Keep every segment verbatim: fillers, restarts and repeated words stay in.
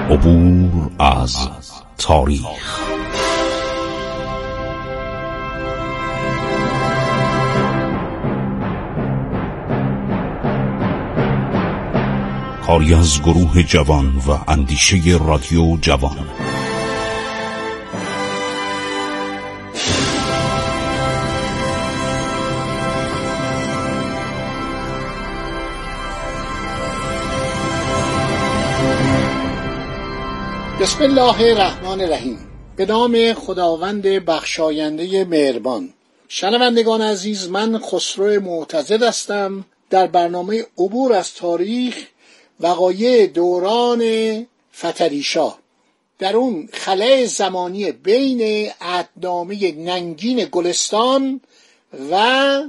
عبور از تاریخ. کاری از گروه جوان و اندیشه رادیو جوان. بسم الله الرحمن الرحیم. به نام خداوند بخشاینده مهربان. شنوندگان عزیز، من خسرو معتضد هستم. در برنامه عبور از تاریخ، وقایع دوران فتحعلی‌شاه در اون خلأ زمانی بین عهدنامه ننگین گلستان و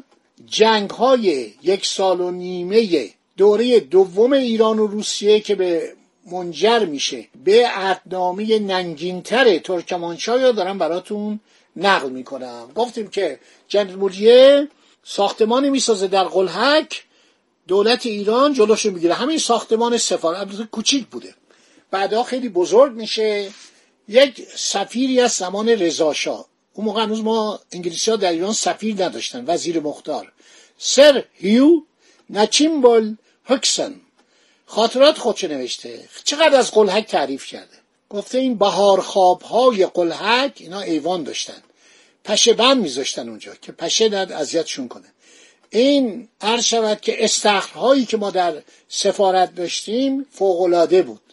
جنگ‌های یک سال و نیمه دوره دوم ایران و روسیه که به منجر میشه به عهدنامه ننگین‌تر ترکمانچای رو دارم براتون نقل میکنم. گفتیم که جنرال موریه ساختمانی میسازه در قلهک، دولت ایران جلوشو میگیره. همین ساختمان سفارت البته کوچیک بوده، بعدا خیلی بزرگ میشه. یک سفیری از زمان رضا شاه، اون موقع هنوز ما انگلیسی ها در ایران سفیر نداشتن، وزیر مختار، سر هیو نچیمبل هکسن، خاطرات خودشو نوشته. چقدر از قلهک تعریف کرده. گفته این بهار خوابهای قلهک، اینا ایوان داشتن، پشه بند میذاشتن اونجا که پشه ند اذیتشون کنه. این عرض شود که استخرهایی که ما در سفارت داشتیم فوق‌العاده بود.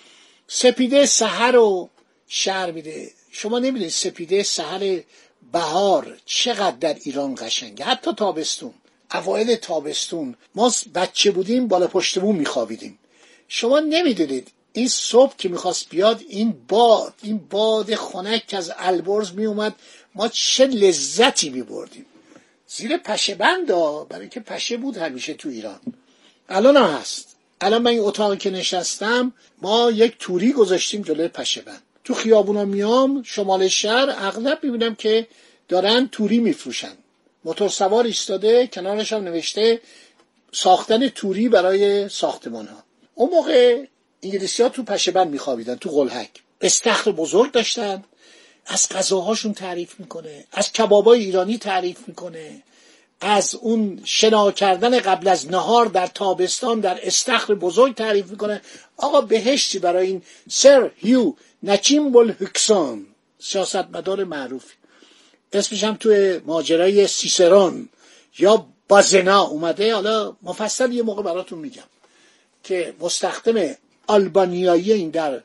سپیده سحر و شهر میده. شما نمیدونید سپیده سحر بهار چقدر در ایران قشنگه. حتی تابستون، اوایل تابستون ما بچه بودیم بالا پشت بوم میخوابیدیم. شما نمیدونید این صبح که میخواست بیاد، این باد این باد خنک که از البرز میومد، ما چه لذتی میبردیم. زیر پشه بندا، برای اینکه پشه بود همیشه تو ایران. الان هم هست. الان من این اتاقی که نشستم، ما یک توری گذاشتیم جلوی پشه بند. تو خیابونا میام شمال شهر، اغلب میبینم که دارن توری میفروشن. موتور سوار ایستاده، کنارش هم نوشته ساختن توری برای ساختمان ها. اون موقع انگلیسی ها تو پشه بند میخوابیدن، تو قلهک. استخر بزرگ داشتن. از غذاهاشون تعریف میکنه، از کبابای ایرانی تعریف میکنه، از اون شنا کردن قبل از نهار در تابستان در استخر بزرگ تعریف میکنه. آقا بهشتی برای این سر هیو نچیمبل هکسان، سیاستمدار معروفی. اسمش هم توی ماجرای سیسرون یا بازنا اومده. حالا مفصل یه موقع براتون میگم که مستخدم آلبانیایی این در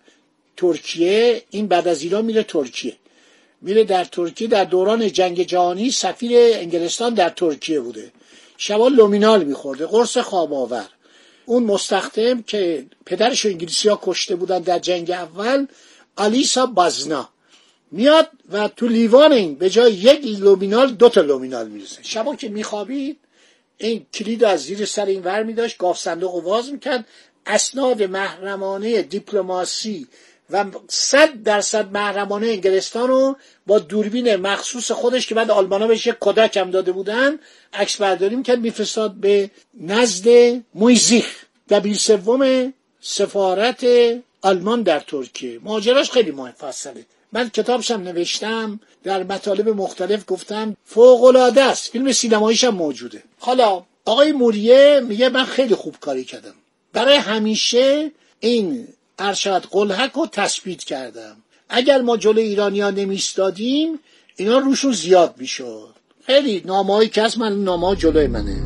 ترکیه، این بعد از ایران میره ترکیه، میره در ترکیه. در دوران جنگ جهانی سفیر انگلستان در ترکیه بوده. شبا لومینال میخورده، قرص خواب آور. اون مستخدم که پدرش انگلیسی ها کشته بودن در جنگ اول، آلیسا بازنا، میاد و تو لیوان این به جای یک لومینال دو تا لومینال میرسه. شبا که میخوابید این کلید از زیر سر این ور میداشت، گاف صندوق رو باز میکرد، اسناد محرمانه دیپلماسی و صد درصد محرمانه انگلستان رو با دوربین مخصوص خودش که بعد آلمانا بهش یک کدک هم داده بودن عکس برداری میکرد، میفرستاد به نزد مویزیخ، دبیر سوم سفارت آلمان در ترکیه. ماجراش خیلی مفصله، من کتابشم نوشتم، در مطالب مختلف گفتم، فوق‌العاده است. فیلم سینماییش هم موجوده. حالا آقای موریه میگه من خیلی خوب کاری کردم، برای همیشه این ارشد قلهک رو تثبیت کردم. اگر ما جلوی ایرانی‌ها نمیستادیم اینا روشون زیاد میشد. خیلی نامه‌هایی که از من، نامه‌ها جلوی منه.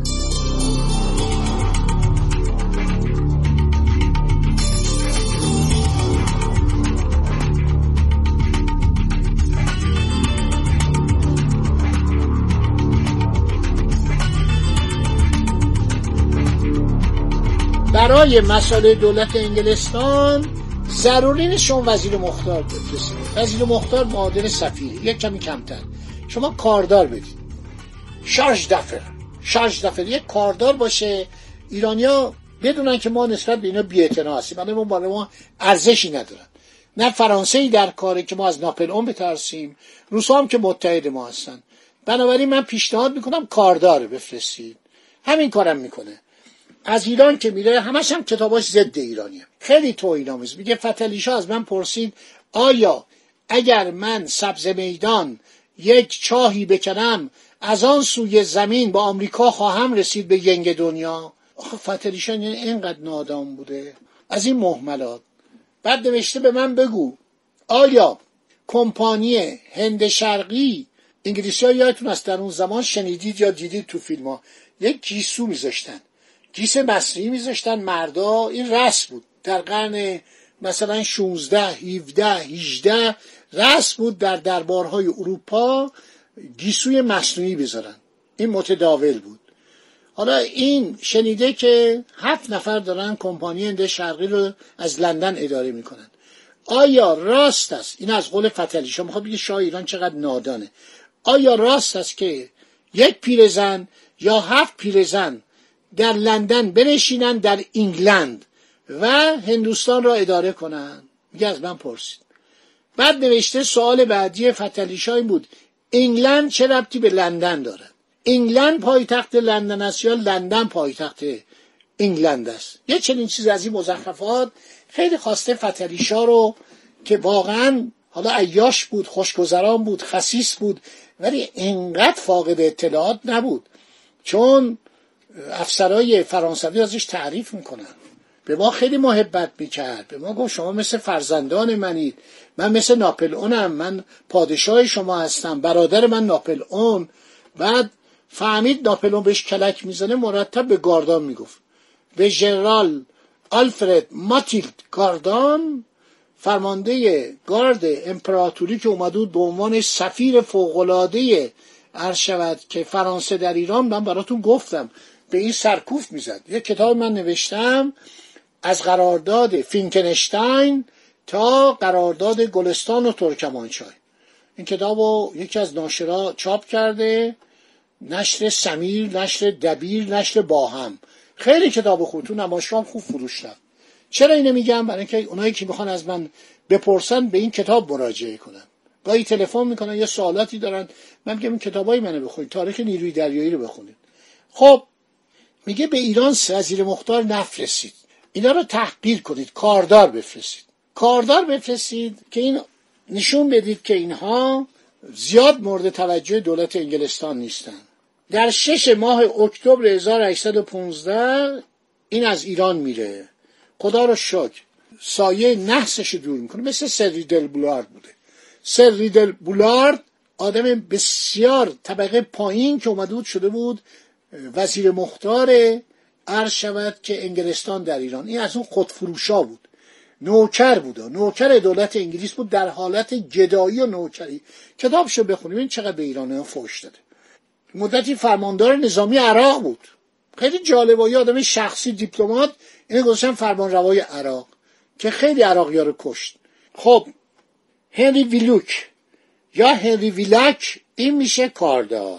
برای مسائل دولت انگلستان ضروری نیست شما وزیر مختار بفرستید. وزیر مختار معادل سفیر، یک کمی کمتر. شما کاردار بدید، شارژ دفر شارژ دفر یک کاردار باشه. ایرانیا بدونن که ما نسبت به اینا بی‌اعتنا هستیم، یعنی ما برای ما ارزشی ندارن. نه فرانسه‌ای در کاره که ما از ناپلئون بترسیم، روس‌ها هم که متحد ما هستن. بنابراین من پیشنهاد میکنم کاردار بفرستید. همین کارم میکنه. از ایران که میره همش هم کتاباش ضد ایرانیه، خیلی توهین‌آمیز. میگه فتحعلی شاه از من پرسید آیا اگر من سبز میدان یک چاهی بکنم از آن سوی زمین با آمریکا خواهم رسید به ینگ دنیا؟ آخه فتحعلی شاه اینقدر نادان بوده از این مهملات. بعد نوشته به من بگو آیا کمپانی هند شرقی، انگلیسی ها یادتون است در اون زمان شنیدید یا دیدید تو فیلم ها یک گیسو میذاشتن، گیس مصنوعی میذاشتن مردا، این رسم بود در قرن مثلا شانزده هفده هجده رسم بود در دربارهای اروپا گیسوی مصنوعی بذارن، این متداول بود. حالا این شنیده که هفت نفر دارن کمپانی هند شرقی رو از لندن اداره میکنن. آیا راست است، این از قول فتحعلی شاه، میخواد بگه شاه ایران چقدر نادانه، آیا راست است که یک پیرزن یا هفت پیرزن در لندن بنشینن در انگلند و هندوستان را اداره کنن؟ میگه از من پرسید. بعد نوشته سوال بعدی فتحعلی شاه این بود انگلند چه ربطی به لندن داره؟ انگلند پایتخت لندن است یا لندن پایتخت انگلند است؟ یه چنین چیز از این مزخرفات خیلی خواسته فتحعلی شاه رو که واقعا حالا عیاش بود، خوشگذران بود، خسیس بود، ولی اینقدر فاقد اطلاعات نبود، چون افسرهای فرانسوی ازش تعریف میکنن. به ما خیلی محبت میکرد، به ما گفت شما مثل فرزندان منید، من مثل ناپلئونم، من پادشاه شما هستم، برادر من ناپلئون. بعد فهمید ناپلئون بهش کلک میزنه، مرتب به گاردان میگفت، به ژنرال آلفرد ماتیلد گاردان، فرمانده گارد امپراتوری که اومده بود به عنوان سفیر فوق‌العاده عرض شود که فرانسه در ایران، من براتون گفتم به این سرکوف میزد. یه کتاب من نوشتم از قرارداد فینکنشتاین تا قرارداد گلستان و ترکمانچای. این کتابو یکی از ناشرا چاپ کرده، نشر سمیر، نشر دبیر، نشر باهم. خیلی کتاب خوب، تو نمایشگاه خوب فروش رفت. چرا اینو میگم؟ برای اینکه اونایی که میخوان از من بپرسن به این کتاب مراجعه کنن. گاهی تلفن میکنن یا سوالاتی دارن، من میگم این کتابای منو بخونید، تاریخ نیروی دریایی رو بخونید. خب میگه به ایران وزیر مختار نفرستید، اینا رو تحقیر کنید، کاردار بفرستید. کاردار بفرستید که این نشون بدید که اینها زیاد مورد توجه دولت انگلستان نیستن. در شش ماه اکتبر هزار و هشتصد و پانزده این از ایران میره. خدا رو شکر سایه نحسش دور میکنه، مثل سر ریدل بولارد بوده. سر ریدل بولارد آدم بسیار طبقه پایین که اومده بود شده بود وزیر مختار عرض شود که انگلستان در ایران. این از اون خودفروشا بود، نوکر بود، نوکر دولت انگلیس بود، در حالت گدایی و نوکری. کتابشو بخونیم این چقدر به ایران فحش داده. مدتی فرماندار نظامی عراق بود، خیلی جالبه، یه آدم شخصی دیپلمات، اینو گذاشتن فرمانروای عراق که خیلی عراقی‌ها رو کشت. خب هنری ویلوک یا هنری ویلاک این میشه کاردار،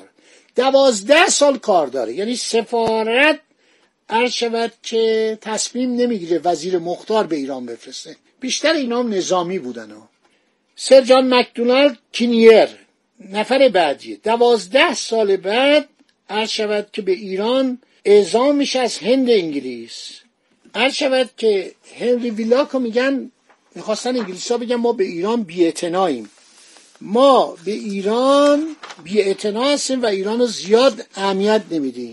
دوازده سال کار داره، یعنی سفارت عرض شود که تصمیم نمیگیره وزیر مختار به ایران بفرسته، بیشتر اینا هم نظامی بودن ها. سر جان مکدونالد کینیر نفر بعدیه، دوازده سال بعد عرض شود که به ایران اعزام میشه از هند انگلیس. عرض شود که هنری ویلاکو میگن، میخواستن انگلیس ها بگن ما به ایران بی‌اعتناییم، ما به ایران بی‌اعتنا هستیم و ایران رو زیاد اهمیت نمیدیم.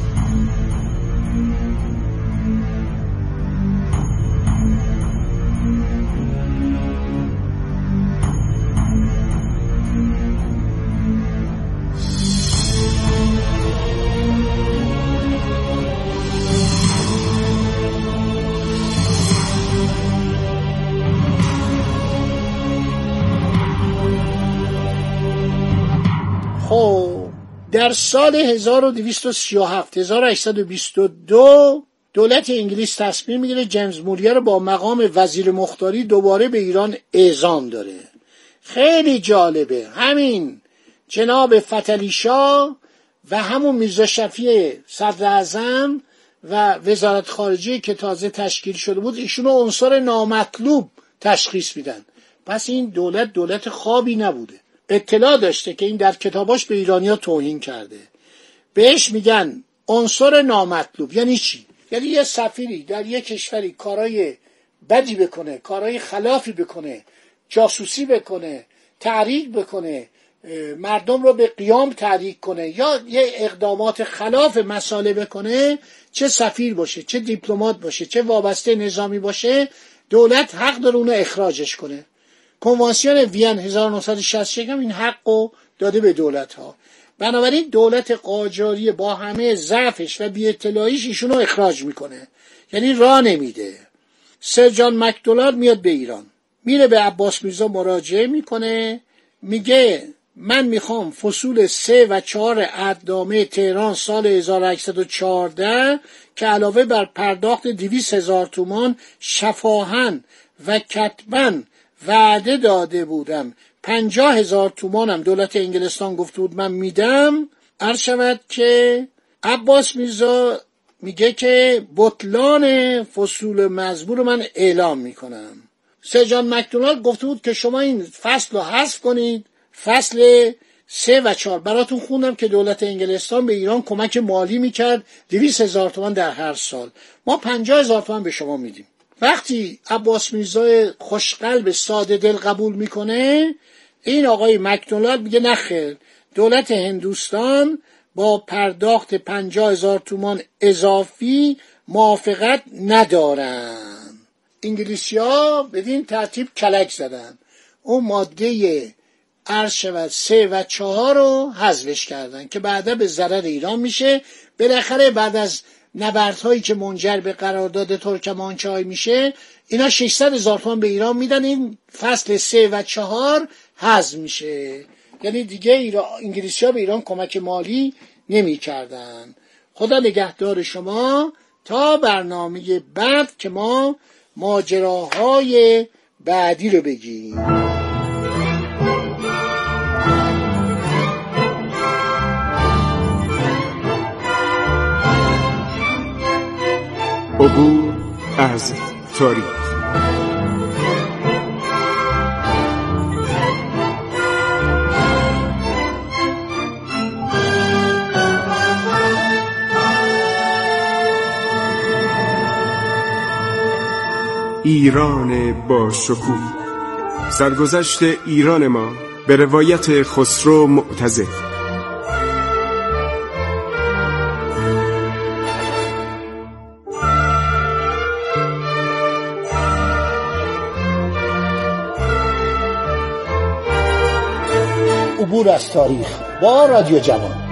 خب در سال هزار و دویست و سی و هفت هزار و هشتصد و بیست و دو دولت انگلیس تصمیم میگیره جیمز مولیر رو با مقام وزیر مختاری دوباره به ایران اعزام داره. خیلی جالبه، همین جناب فتحعلی شاه و همون میرزا شفیع صدر اعظم و وزارت خارجه که تازه تشکیل شده بود ایشونو عنصر نامطلوب تشخیص میدن. پس این دولت دولت خوابی نبوده، اطلاع داشته که این در کتاباش به ایرانیا توهین کرده. بهش میگن عنصر نامطلوب. یعنی چی؟ یعنی یه سفیری در یه کشوری کارای بدی بکنه، کارای خلافی بکنه، جاسوسی بکنه، تحریک بکنه، مردم رو به قیام تحریک کنه یا یه اقدامات خلاف مسائل بکنه، چه سفیر باشه، چه دیپلمات باشه، چه وابسته نظامی باشه، دولت حق داره اونو اخراجش کنه. کنوانسیون وین هزار و نهصد و شصت و یک هم این حقو داده به دولت ها. بنابراین دولت قاجاری با همه ضعفش و بی اطلاعیش ایشونو اخراج میکنه، یعنی راه نمیده. سر جان مکدونالد میاد به ایران، میره به عباس میرزا مراجعه میکنه، میگه من میخوام فصول سه و چهار عهدنامه تهران سال هزار و هشتصد و چهارده که علاوه بر پرداخت دویست هزار تومان شفاهن و کتباً وعده داده بودم پنجاه هزار تومانم دولت انگلستان گفته بود من میدم، عرض شود که عباس میرزا میگه که بطلان فصول مزبور من اعلام میکنم. سر جان مکدونالد گفته بود که شما این فصل رو حذف کنید، فصل سه و چهار براتون خوندم که دولت انگلستان به ایران کمک مالی میکرد دویست هزار تومان در هر سال، ما پنجاه هزار تومان به شما میدیم. وقتی عباس میرزا خوشقلب ساده دل قبول میکنه، این آقای مکدونالد میگه نخیر، دولت هندوستان با پرداخت پنجاه هزار تومان اضافی موافقت ندارن. انگلیسی ها بدین ترتیب کلک زدن، اون ماده عرض شود سه و چهار رو حذفش کردن که بعدا به ضرر ایران میشه. بالاخره بعد از نبردهایی که منجر به قرارداد ترکمانچای میشه، اینا ششصد هزار تومان به ایران میدن، این فصل سه و چهار حذف میشه، یعنی دیگه انگلیسی ها به ایران کمک مالی نمی کردن. خدا نگهدار شما تا برنامه بعد که ما ماجراهای بعدی رو بگیم. عبور از تاریخ. ایران با شکوه، سرگذشت ایران ما به روایت خسرو معتضد. عبور از تاریخ با رادیو جوان.